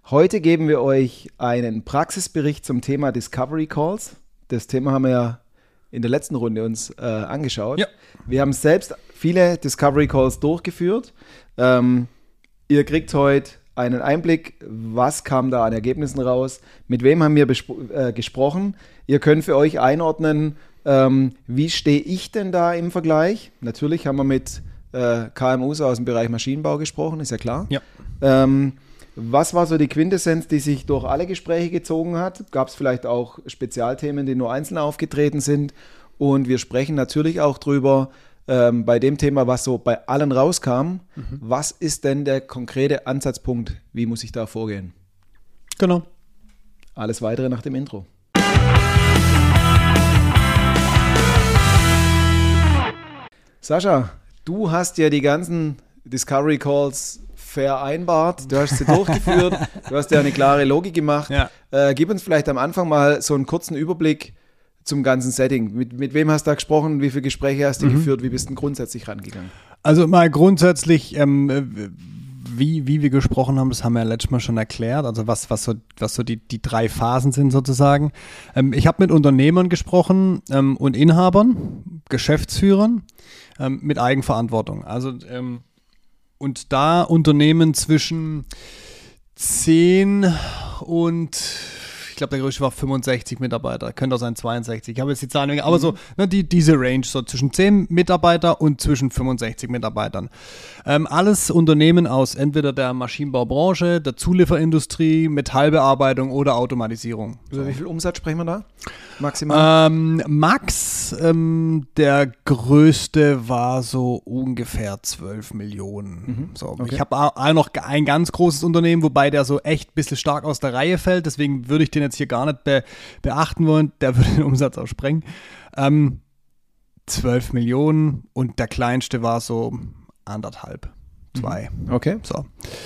Heute geben wir euch einen Praxisbericht zum Thema Discovery Calls. Das Thema haben wir ja in der letzten Runde uns angeschaut. Ja. Wir haben selbst viele Discovery Calls durchgeführt. Ihr kriegt heute einen Einblick, was kam da an Ergebnissen raus, mit wem haben wir gesprochen. Ihr könnt für euch einordnen, wie stehe ich denn da im Vergleich. Natürlich haben wir mit KMUs aus dem Bereich Maschinenbau gesprochen, ist ja klar. Ja. Was war so die Quintessenz, die sich durch alle Gespräche gezogen hat? Gab es vielleicht auch Spezialthemen, die nur einzeln aufgetreten sind? Und wir sprechen natürlich auch drüber, bei dem Thema, was so bei allen rauskam. Was ist denn der konkrete Ansatzpunkt? Wie muss ich da vorgehen? Genau. Alles Weitere nach dem Intro. Sascha, du hast ja die ganzen Discovery Calls vereinbart, du hast sie durchgeführt, du hast ja eine klare Logik gemacht. Ja. Gib uns vielleicht am Anfang mal so einen kurzen Überblick zum ganzen Setting. Mit wem hast du da gesprochen, wie viele Gespräche hast du geführt, wie bist du grundsätzlich rangegangen? Also mal grundsätzlich, wie wir gesprochen haben, das haben wir ja letztes Mal schon erklärt, also was so die drei Phasen sind sozusagen. Ich habe mit Unternehmern gesprochen und Inhabern, Geschäftsführern mit Eigenverantwortung. Also und da Unternehmen zwischen 10 und, ich glaube, der größte war 65 Mitarbeiter, könnte auch sein 62. Ich habe jetzt die Zahlen, aber so diese Range, so zwischen 10 Mitarbeiter und zwischen 65 Mitarbeitern. Alles Unternehmen aus entweder der Maschinenbaubranche, der Zulieferindustrie, Metallbearbeitung oder Automatisierung. Über wie viel Umsatz sprechen wir da? Maximal? Der größte war so ungefähr 12 Millionen. So, okay. Ich habe auch noch ein ganz großes Unternehmen, wobei der so echt ein bisschen stark aus der Reihe fällt, deswegen würde ich den jetzt hier gar nicht beachten wollen, der würde den Umsatz auch sprengen. 12 Millionen und der kleinste war so 1,5, 2. Okay. So.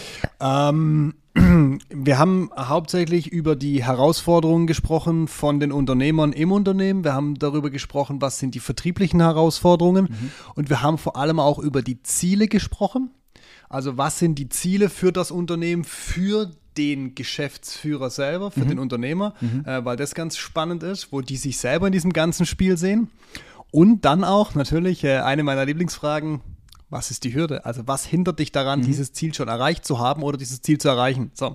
Wir haben hauptsächlich über die Herausforderungen gesprochen von den Unternehmern im Unternehmen. Wir haben darüber gesprochen, was sind die vertrieblichen Herausforderungen. Und wir haben vor allem auch über die Ziele gesprochen. Also was sind die Ziele für das Unternehmen, für den Geschäftsführer selber, für den Unternehmer, weil das ganz spannend ist, wo die sich selber in diesem ganzen Spiel sehen. Und dann auch natürlich eine meiner Lieblingsfragen: Was ist die Hürde? Also was hindert dich daran, dieses Ziel schon erreicht zu haben oder dieses Ziel zu erreichen? So.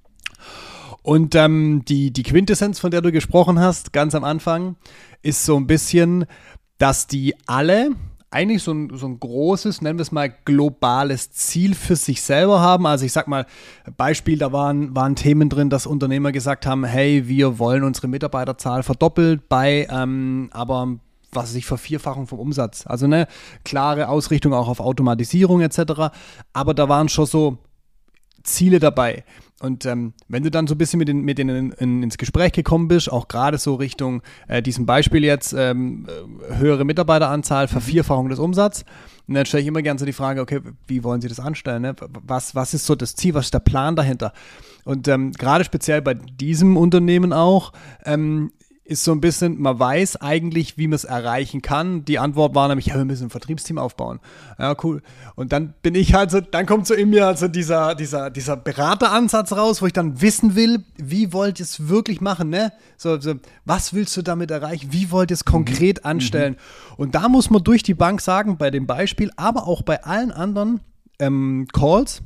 Und die Quintessenz, von der du gesprochen hast, ganz am Anfang, ist so ein bisschen, dass die alle eigentlich so ein großes, nennen wir es mal, globales Ziel für sich selber haben. Also ich sag mal, Beispiel, da waren Themen drin, dass Unternehmer gesagt haben, hey, wir wollen unsere Mitarbeiterzahl verdoppelt bei aber was weiß ich, Vervierfachung vom Umsatz. Also eine klare Ausrichtung auch auf Automatisierung etc. Aber da waren schon so Ziele dabei. Und wenn du dann so ein bisschen mit denen ins Gespräch gekommen bist, auch gerade so Richtung diesem Beispiel jetzt, höhere Mitarbeiteranzahl, Vervierfachung des Umsatzes, und dann stelle ich immer gerne so die Frage, okay, wie wollen Sie das anstellen? Ne? Was ist so das Ziel, was ist der Plan dahinter? Und gerade speziell bei diesem Unternehmen auch, ist so ein bisschen, man weiß eigentlich, wie man es erreichen kann. Die Antwort war nämlich, ja, wir müssen ein Vertriebsteam aufbauen. Ja, cool. Und dann bin ich halt so, dann kommt so in mir also dieser Berateransatz raus, wo ich dann wissen will, wie wollt ihr es wirklich machen, ne? So, was willst du damit erreichen? Wie wollt ihr es konkret anstellen? Und da muss man durch die Bank sagen, bei dem Beispiel, aber auch bei allen anderen Calls,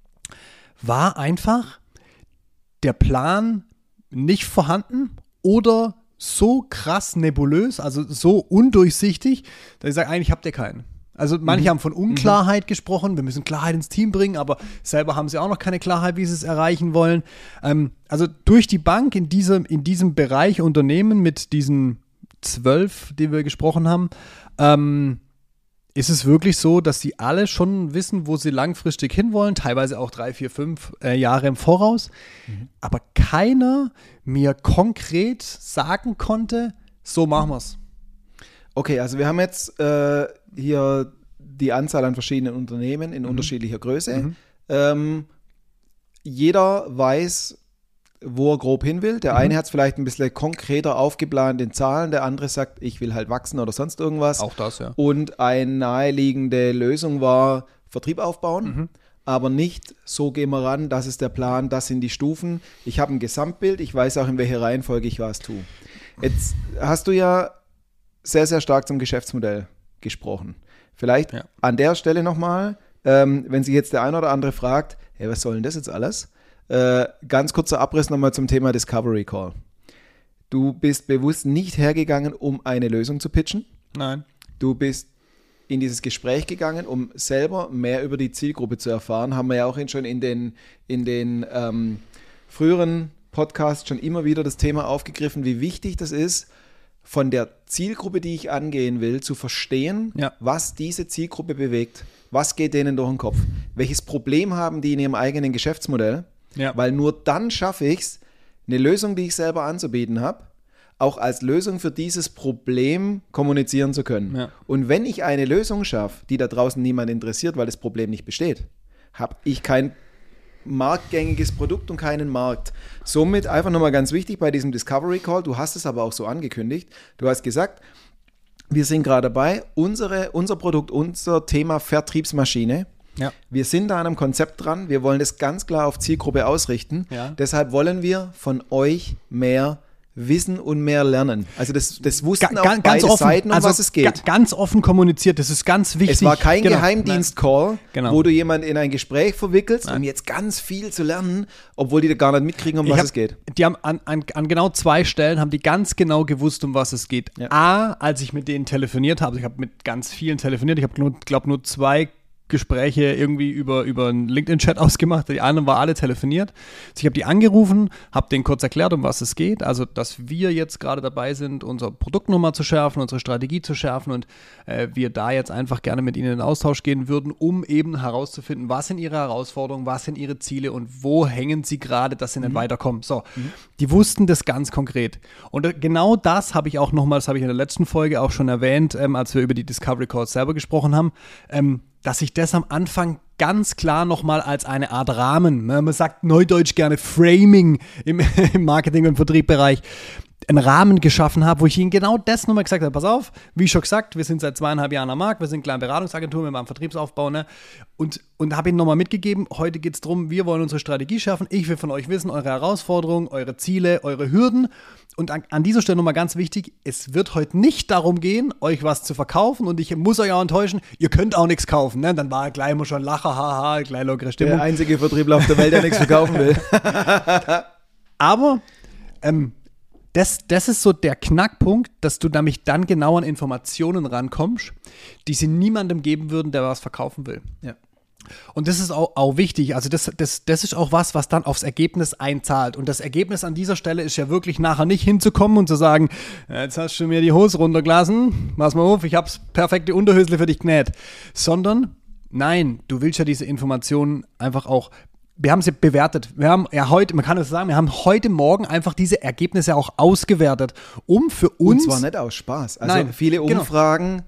war einfach der Plan nicht vorhanden oder so krass nebulös, also so undurchsichtig, dass ich sage, eigentlich habt ihr keinen. Also manche haben von Unklarheit gesprochen, wir müssen Klarheit ins Team bringen, aber selber haben sie auch noch keine Klarheit, wie sie es erreichen wollen. Also durch die Bank in diesem Bereich Unternehmen mit diesen 12, die wir gesprochen haben, ist es wirklich so, dass sie alle schon wissen, wo sie langfristig hinwollen, teilweise auch 3, 4, 5 Jahre im Voraus, aber keiner mir konkret sagen konnte, so machen wir es. Okay, also wir haben jetzt hier die Anzahl an verschiedenen Unternehmen in unterschiedlicher Größe. Jeder weiß, wo er grob hin will. Der eine hat es vielleicht ein bisschen konkreter aufgeplant in Zahlen, der andere sagt, ich will halt wachsen oder sonst irgendwas. Auch das, ja. Und eine naheliegende Lösung war Vertrieb aufbauen. aber nicht so gehen wir ran, das ist der Plan, das sind die Stufen. Ich habe ein Gesamtbild, ich weiß auch, in welcher Reihenfolge ich was tue. Jetzt hast du ja sehr, sehr stark zum Geschäftsmodell gesprochen. Vielleicht an der Stelle nochmal, wenn sich jetzt der eine oder andere fragt, hey, was soll denn das jetzt alles? Ganz kurzer Abriss nochmal zum Thema Discovery Call. Du bist bewusst nicht hergegangen, um eine Lösung zu pitchen. Nein. Du bist in dieses Gespräch gegangen, um selber mehr über die Zielgruppe zu erfahren. Haben wir ja auch schon in den früheren Podcasts schon immer wieder das Thema aufgegriffen, wie wichtig das ist, von der Zielgruppe, die ich angehen will, zu verstehen, was diese Zielgruppe bewegt. Was geht denen durch den Kopf? Welches Problem haben die in ihrem eigenen Geschäftsmodell? Ja. Weil nur dann schaffe ich es, eine Lösung, die ich selber anzubieten habe, auch als Lösung für dieses Problem kommunizieren zu können. Ja. Und wenn ich eine Lösung schaffe, die da draußen niemand interessiert, weil das Problem nicht besteht, habe ich kein marktgängiges Produkt und keinen Markt. Somit einfach nochmal ganz wichtig bei diesem Discovery Call, du hast es aber auch so angekündigt, du hast gesagt, wir sind gerade dabei, unser Produkt, unser Thema Vertriebsmaschine, wir sind da an einem Konzept dran, wir wollen das ganz klar auf Zielgruppe ausrichten, deshalb wollen wir von euch mehr wissen und mehr lernen. Also das wussten auch beide offen, Seiten, um was es geht. Ganz offen kommuniziert, das ist ganz wichtig. Es war kein Geheimdienst-Call, wo du jemanden in ein Gespräch verwickelst, um jetzt ganz viel zu lernen, obwohl die da gar nicht mitkriegen, um was es geht. Die haben an genau 2 Stellen, haben die ganz genau gewusst, um was es geht. Ja. A, als ich mit denen telefoniert habe, ich habe mit ganz vielen telefoniert, ich habe glaube nur 2 Gespräche irgendwie über einen LinkedIn-Chat ausgemacht. Die anderen war alle telefoniert. Ich habe die angerufen, habe denen kurz erklärt, um was es geht. Also, dass wir jetzt gerade dabei sind, unsere Produktnummer zu schärfen, unsere Strategie zu schärfen und wir da jetzt einfach gerne mit ihnen in den Austausch gehen würden, um eben herauszufinden, was sind ihre Herausforderungen, was sind ihre Ziele und wo hängen sie gerade, dass sie nicht weiterkommen. So, die wussten das ganz konkret. Und genau das habe ich auch nochmal, das habe ich in der letzten Folge auch schon erwähnt, als wir über die Discovery Calls selber gesprochen haben, dass ich das am Anfang ganz klar nochmal als eine Art Rahmen, man sagt neudeutsch gerne Framing im Marketing- und Vertriebsbereich, einen Rahmen geschaffen habe, wo ich ihnen genau das nochmal gesagt habe, pass auf, wie schon gesagt, wir sind seit 2,5 Jahren am Markt, wir sind eine kleine Beratungsagentur, wir machen Vertriebsaufbau, ne? Und habe ihnen nochmal mitgegeben, heute geht es darum, wir wollen unsere Strategie schaffen, ich will von euch wissen, eure Herausforderungen, eure Ziele, eure Hürden und an dieser Stelle nochmal ganz wichtig, es wird heute nicht darum gehen, euch was zu verkaufen und ich muss euch auch enttäuschen, ihr könnt auch nichts kaufen, ne? Dann war gleich immer schon Lacher, haha, gleich lockere Stimmung. Der einzige Vertriebler auf der Welt, der nichts verkaufen will. Aber, das ist so der Knackpunkt, dass du nämlich dann genau an Informationen rankommst, die sie niemandem geben würden, der was verkaufen will. Ja. Und das ist auch wichtig. Also das ist auch was dann aufs Ergebnis einzahlt. Und das Ergebnis an dieser Stelle ist ja wirklich nachher nicht hinzukommen und zu sagen, jetzt hast du mir die Hose runtergelassen, mach's mal auf, ich hab's perfekte Unterhösle für dich genäht. Sondern, nein, du willst ja diese Informationen einfach auch. Wir haben sie bewertet. Wir haben ja heute, man kann es sagen, wir haben heute Morgen einfach diese Ergebnisse auch ausgewertet, um für uns. Und zwar nicht aus Spaß. Also viele Umfragen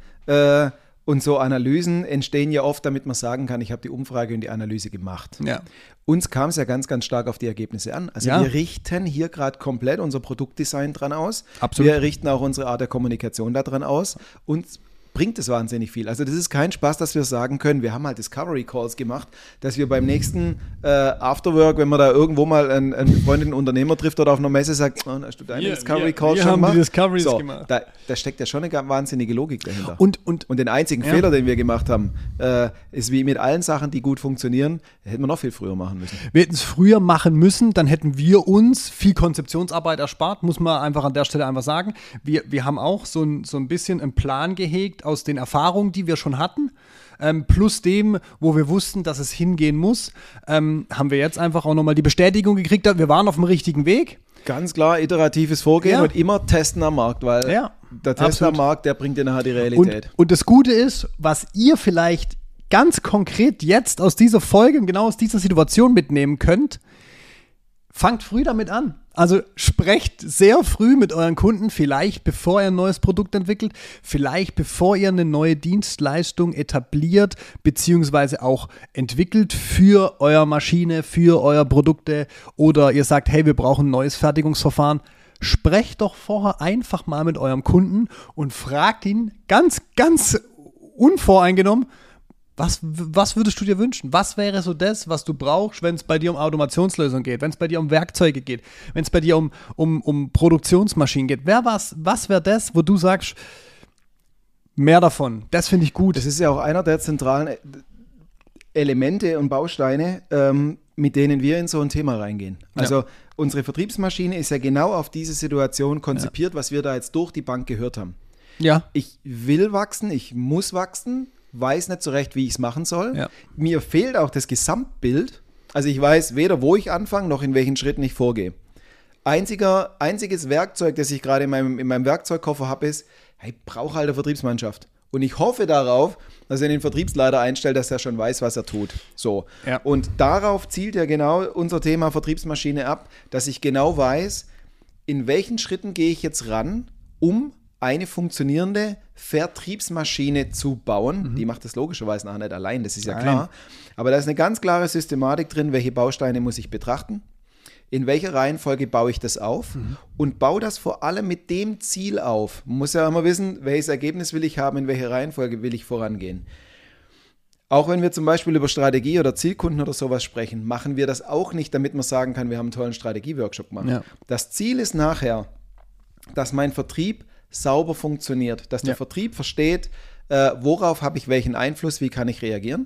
und so Analysen entstehen ja oft, damit man sagen kann, ich habe die Umfrage und die Analyse gemacht. Ja. Uns kam es ja ganz, ganz stark auf die Ergebnisse an. Also wir richten hier gerade komplett unser Produktdesign dran aus. Absolut. Wir richten auch unsere Art der Kommunikation daran aus. Und bringt es wahnsinnig viel. Also das ist kein Spaß, dass wir sagen können, wir haben halt Discovery Calls gemacht, dass wir beim nächsten Afterwork, wenn man da irgendwo mal einen befreundeten Unternehmer trifft oder auf einer Messe sagt, oh, hast du deine Discovery Calls schon gemacht? Wir haben die Discoveries gemacht. Da steckt ja schon eine wahnsinnige Logik dahinter. Und den einzigen Fehler, den wir gemacht haben, ist wie mit allen Sachen, die gut funktionieren, hätten wir noch viel früher machen müssen. Wir hätten es früher machen müssen, dann hätten wir uns viel Konzeptionsarbeit erspart, muss man einfach an der Stelle einfach sagen. Wir haben auch so ein bisschen einen Plan gehegt, aus den Erfahrungen, die wir schon hatten, plus dem, wo wir wussten, dass es hingehen muss, haben wir jetzt einfach auch nochmal die Bestätigung gekriegt, wir waren auf dem richtigen Weg. Ganz klar, iteratives Vorgehen und immer testen am Markt, weil der Test am Markt, der bringt dir nachher die Realität. Und das Gute ist, was ihr vielleicht ganz konkret jetzt aus dieser Folge und genau aus dieser Situation mitnehmen könnt, fangt früh damit an. Also sprecht sehr früh mit euren Kunden, vielleicht bevor ihr ein neues Produkt entwickelt, vielleicht bevor ihr eine neue Dienstleistung etabliert, beziehungsweise auch entwickelt für eure Maschine, für eure Produkte oder ihr sagt, hey, wir brauchen ein neues Fertigungsverfahren. Sprecht doch vorher einfach mal mit eurem Kunden und fragt ihn ganz, ganz unvoreingenommen, Was würdest du dir wünschen? Was wäre so das, was du brauchst, wenn es bei dir um Automationslösungen geht, wenn es bei dir um Werkzeuge geht, wenn es bei dir um Produktionsmaschinen geht? Was wäre das, wo du sagst, mehr davon, das finde ich gut? Das ist ja auch einer der zentralen Elemente und Bausteine, mit denen wir in so ein Thema reingehen. Also unsere Vertriebsmaschine ist ja genau auf diese Situation konzipiert, was wir da jetzt durch die Bank gehört haben. Ja. Ich will wachsen, ich muss wachsen, weiß nicht so recht, wie ich es machen soll. Ja. Mir fehlt auch das Gesamtbild. Also ich weiß weder, wo ich anfange, noch in welchen Schritten ich vorgehe. Einziges Werkzeug, das ich gerade in meinem Werkzeugkoffer habe, ist, ich brauche halt eine Vertriebsmannschaft. Und ich hoffe darauf, dass er den Vertriebsleiter einstellt, dass er schon weiß, was er tut. So. Ja. Und darauf zielt ja genau unser Thema Vertriebsmaschine ab, dass ich genau weiß, in welchen Schritten gehe ich jetzt ran, um eine funktionierende Vertriebsmaschine zu bauen. Die macht das logischerweise nachher nicht allein, das ist ja klar. Aber da ist eine ganz klare Systematik drin, welche Bausteine muss ich betrachten, in welcher Reihenfolge baue ich das auf und baue das vor allem mit dem Ziel auf. Man muss ja immer wissen, welches Ergebnis will ich haben, in welcher Reihenfolge will ich vorangehen. Auch wenn wir zum Beispiel über Strategie oder Zielkunden oder sowas sprechen, machen wir das auch nicht, damit man sagen kann, wir haben einen tollen Strategie-Workshop gemacht. Ja. Das Ziel ist nachher, dass mein Vertrieb sauber funktioniert, dass der Vertrieb versteht, worauf habe ich welchen Einfluss, wie kann ich reagieren,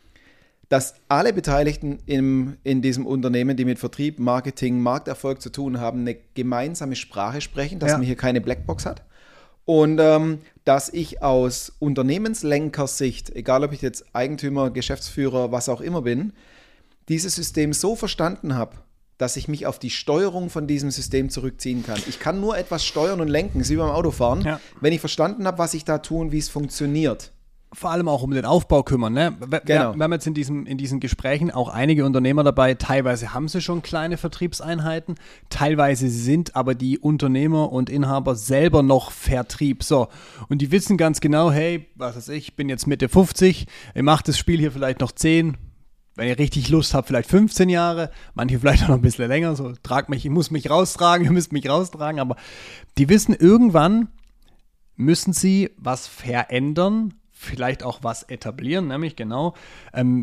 dass alle Beteiligten in diesem Unternehmen, die mit Vertrieb, Marketing, Markterfolg zu tun haben, eine gemeinsame Sprache sprechen, dass man hier keine Blackbox hat und dass ich aus Unternehmenslenkersicht, egal ob ich jetzt Eigentümer, Geschäftsführer, was auch immer bin, dieses System so verstanden habe, dass ich mich auf die Steuerung von diesem System zurückziehen kann. Ich kann nur etwas steuern und lenken, ist wie beim Autofahren, wenn ich verstanden habe, was ich da tue und wie es funktioniert. Vor allem auch um den Aufbau kümmern. Ne? Genau. Wir haben jetzt in diesen Gesprächen auch einige Unternehmer dabei, teilweise haben sie schon kleine Vertriebseinheiten, teilweise sind aber die Unternehmer und Inhaber selber noch Vertrieb. So, und die wissen ganz genau, hey, was weiß ich bin jetzt Mitte 50, ich mache das Spiel hier vielleicht noch 10, wenn ihr richtig Lust habt, vielleicht 15 Jahre, manche vielleicht auch noch ein bisschen länger, so ich muss mich raustragen, ihr müsst mich raustragen, aber die wissen, irgendwann müssen sie was verändern, vielleicht auch was etablieren, nämlich genau eine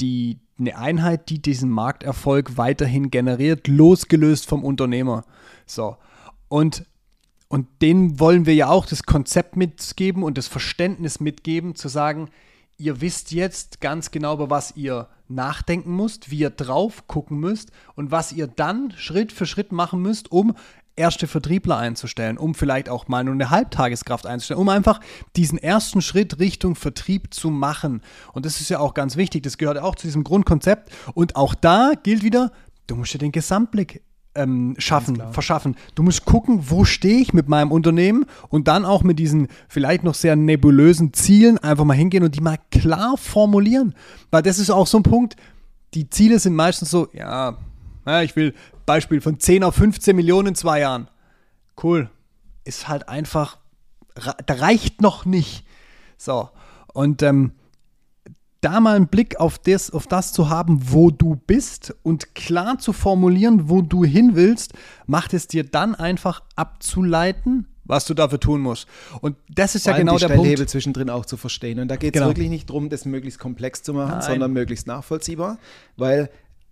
Einheit, die diesen Markterfolg weiterhin generiert, losgelöst vom Unternehmer. So, und denen wollen wir ja auch das Konzept mitgeben und das Verständnis mitgeben, zu sagen, ihr wisst jetzt ganz genau, über was ihr nachdenken müsst, wie ihr drauf gucken müsst und was ihr dann Schritt für Schritt machen müsst, um erste Vertriebler einzustellen, um vielleicht auch mal nur eine Halbtageskraft einzustellen, um einfach diesen ersten Schritt Richtung Vertrieb zu machen. Und das ist ja auch ganz wichtig, das gehört auch zu diesem Grundkonzept. Und auch da gilt wieder, du musst dir den Gesamtblick verschaffen. Du musst gucken, wo stehe ich mit meinem Unternehmen und dann auch mit diesen vielleicht noch sehr nebulösen Zielen einfach mal hingehen und die mal klar formulieren. Weil das ist auch so ein Punkt, die Ziele sind meistens so, ich will Beispiel von 10 auf 15 Millionen in 2 Jahren. Cool. Ist halt einfach, da reicht noch nicht. So, und da mal einen Blick auf das zu haben, wo du bist und klar zu formulieren, wo du hin willst, macht es dir dann einfach abzuleiten, was du dafür tun musst. Und das ist ja genau der Punkt. Die Stellhebel zwischendrin auch zu verstehen. Und da geht es wirklich nicht darum, das möglichst komplex zu machen, sondern möglichst nachvollziehbar, weil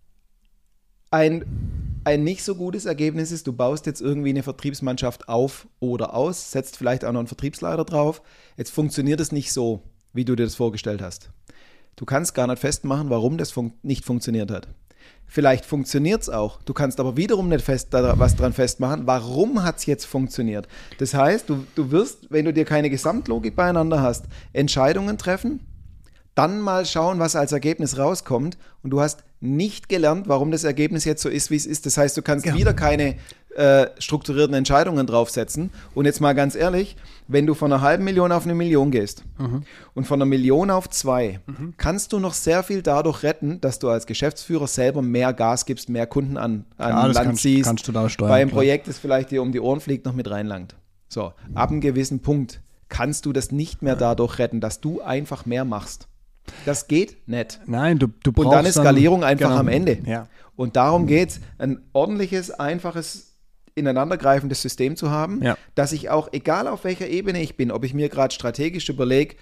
ein nicht so gutes Ergebnis ist, du baust jetzt irgendwie eine Vertriebsmannschaft auf oder aus, setzt vielleicht auch noch einen Vertriebsleiter drauf. Jetzt funktioniert es nicht so, wie du dir das vorgestellt hast. Du kannst gar nicht festmachen, warum das nicht funktioniert hat. Vielleicht funktioniert es auch. Du kannst aber wiederum nicht was dran festmachen, warum hat es jetzt funktioniert. Das heißt, du wirst, wenn du dir keine Gesamtlogik beieinander hast, Entscheidungen treffen, dann mal schauen, was als Ergebnis rauskommt und du hast nicht gelernt, warum das Ergebnis jetzt so ist, wie es ist. Das heißt, du kannst wieder keine strukturierten Entscheidungen draufsetzen. Und jetzt mal ganz ehrlich, wenn du von 500.000 auf 1 Million gehst und von 1 Million auf 2, kannst du noch sehr viel dadurch retten, dass du als Geschäftsführer selber mehr Gas gibst, mehr Kunden an Land ziehst. Kannst du da steuern. Bei einem Projekt, das vielleicht dir um die Ohren fliegt, noch mit reinlangt. So, ab einem gewissen Punkt kannst du das nicht mehr dadurch retten, dass du einfach mehr machst. Das geht nicht. Nein, du brauchst und dann ist Skalierung einfach am Ende. Ja. Und darum geht es, ein ordentliches, einfaches, ineinandergreifendes System zu haben, dass ich auch, egal auf welcher Ebene ich bin, ob ich mir gerade strategisch überlege,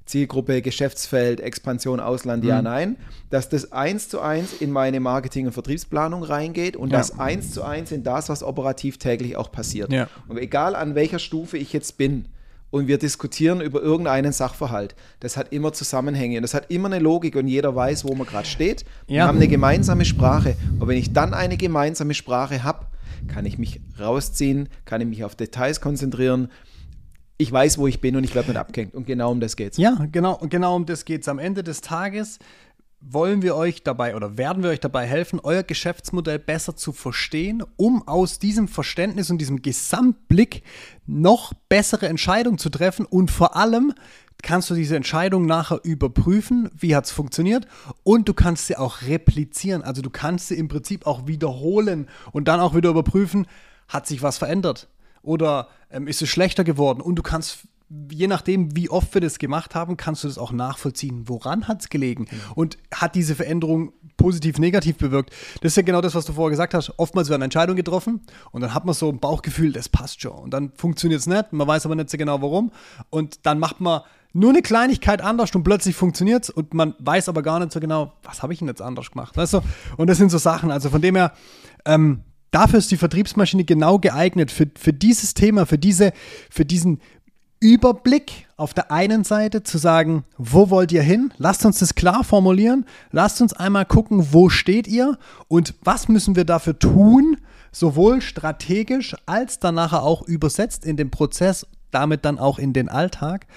Zielgruppe, Geschäftsfeld, Expansion, Ausland, ja, nein, dass das 1:1 in meine Marketing- und Vertriebsplanung reingeht und das 1:1 in das, was operativ täglich auch passiert. Ja. Und egal an welcher Stufe ich jetzt bin und wir diskutieren über irgendeinen Sachverhalt, das hat immer Zusammenhänge und das hat immer eine Logik und jeder weiß, wo man gerade steht. Wir haben eine gemeinsame Sprache und wenn ich dann eine gemeinsame Sprache habe, kann ich mich rausziehen, kann ich mich auf Details konzentrieren. Ich weiß, wo ich bin und ich werde nicht abgehängt. Und genau um das geht's. Ja, genau um das geht's. Am Ende des Tages wollen wir euch dabei oder werden wir euch dabei helfen, euer Geschäftsmodell besser zu verstehen, um aus diesem Verständnis und diesem Gesamtblick noch bessere Entscheidungen zu treffen. Und vor allem kannst du diese Entscheidung nachher überprüfen, wie hat es funktioniert, und du kannst sie auch replizieren. Also du kannst sie im Prinzip auch wiederholen und dann auch wieder überprüfen, hat sich was verändert? Oder ist es schlechter geworden? Und du kannst, je nachdem, wie oft wir das gemacht haben, kannst du das auch nachvollziehen. Woran hat es gelegen? Und hat diese Veränderung positiv, negativ bewirkt? Das ist ja genau das, was du vorher gesagt hast. Oftmals werden Entscheidungen getroffen und dann hat man so ein Bauchgefühl, das passt schon. Und dann funktioniert es nicht, man weiß aber nicht so genau, warum. Und dann macht man nur eine Kleinigkeit anders und plötzlich funktioniert es und man weiß aber gar nicht so genau, was habe ich denn jetzt anders gemacht? Weißt du? Und das sind so Sachen. Also von dem her, dafür ist die Vertriebsmaschine genau geeignet, für dieses Thema, für diesen Überblick auf der einen Seite zu sagen, wo wollt ihr hin? Lasst uns das klar formulieren. Lasst uns einmal gucken, wo steht ihr und was müssen wir dafür tun, sowohl strategisch als dann nachher auch übersetzt in den Prozess, damit dann auch in den Alltag,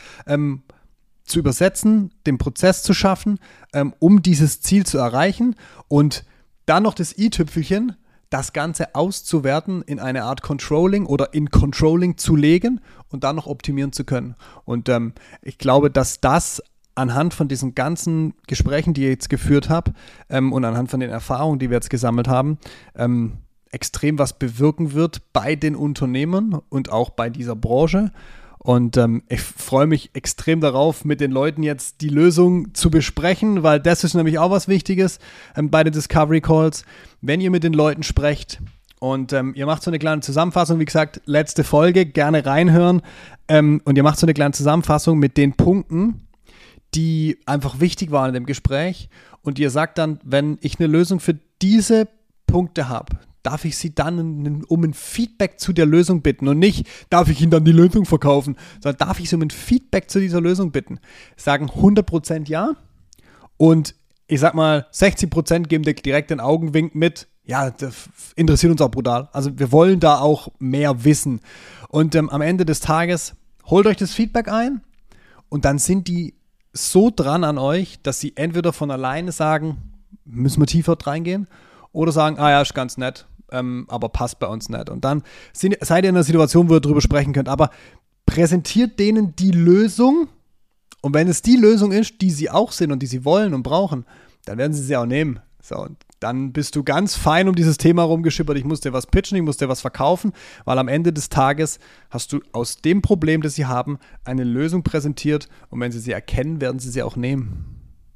zu übersetzen, den Prozess zu schaffen, um dieses Ziel zu erreichen und dann noch das i-Tüpfelchen, das Ganze auszuwerten, in eine Art Controlling oder in Controlling zu legen und dann noch optimieren zu können. Und ich glaube, dass das anhand von diesen ganzen Gesprächen, die ich jetzt geführt habe und anhand von den Erfahrungen, die wir jetzt gesammelt haben, extrem was bewirken wird bei den Unternehmern und auch bei dieser Branche. Und ich freue mich extrem darauf, mit den Leuten jetzt die Lösung zu besprechen, weil das ist nämlich auch was Wichtiges bei den Discovery Calls. Wenn ihr mit den Leuten sprecht und ihr macht so eine kleine Zusammenfassung, wie gesagt, letzte Folge, gerne reinhören, und ihr macht so eine kleine Zusammenfassung mit den Punkten, die einfach wichtig waren in dem Gespräch, und ihr sagt dann, wenn ich eine Lösung für diese Punkte habe, darf ich Sie dann um ein Feedback zu der Lösung bitten und nicht, darf ich Ihnen dann die Lösung verkaufen, sondern darf ich Sie um ein Feedback zu dieser Lösung bitten. Sagen 100% ja und ich sag mal 60% geben dir direkt den Augenwink mit, ja, das interessiert uns auch brutal. Also wir wollen da auch mehr wissen. Und am Ende des Tages holt euch das Feedback ein und dann sind die so dran an euch, dass sie entweder von alleine sagen, müssen wir tiefer reingehen, oder sagen, ja, ist ganz nett, aber passt bei uns nicht. Und dann seid ihr in einer Situation, wo ihr darüber sprechen könnt. Aber präsentiert denen die Lösung. Und wenn es die Lösung ist, die sie auch sind und die sie wollen und brauchen, dann werden sie auch nehmen. So, und dann bist du ganz fein um dieses Thema rumgeschippert. Ich muss dir was pitchen, ich muss dir was verkaufen, weil am Ende des Tages hast du aus dem Problem, das sie haben, eine Lösung präsentiert. Und wenn sie sie erkennen, werden sie auch nehmen.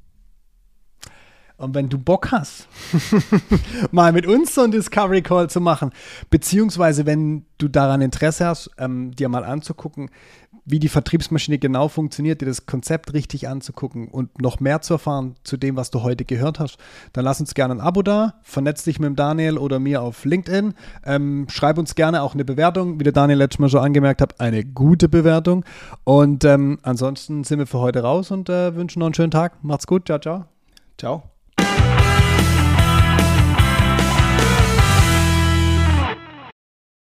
Und wenn du Bock hast, mal mit uns so einen Discovery Call zu machen, beziehungsweise wenn du daran Interesse hast, dir mal anzugucken, wie die Vertriebsmaschine genau funktioniert, dir das Konzept richtig anzugucken und noch mehr zu erfahren zu dem, was du heute gehört hast, dann lass uns gerne ein Abo da, vernetz dich mit dem Daniel oder mir auf LinkedIn, schreib uns gerne auch eine Bewertung, wie der Daniel letztes Mal schon angemerkt hat, eine gute Bewertung. Und ansonsten sind wir für heute raus und wünschen noch einen schönen Tag. Macht's gut, ciao, ciao. Ciao.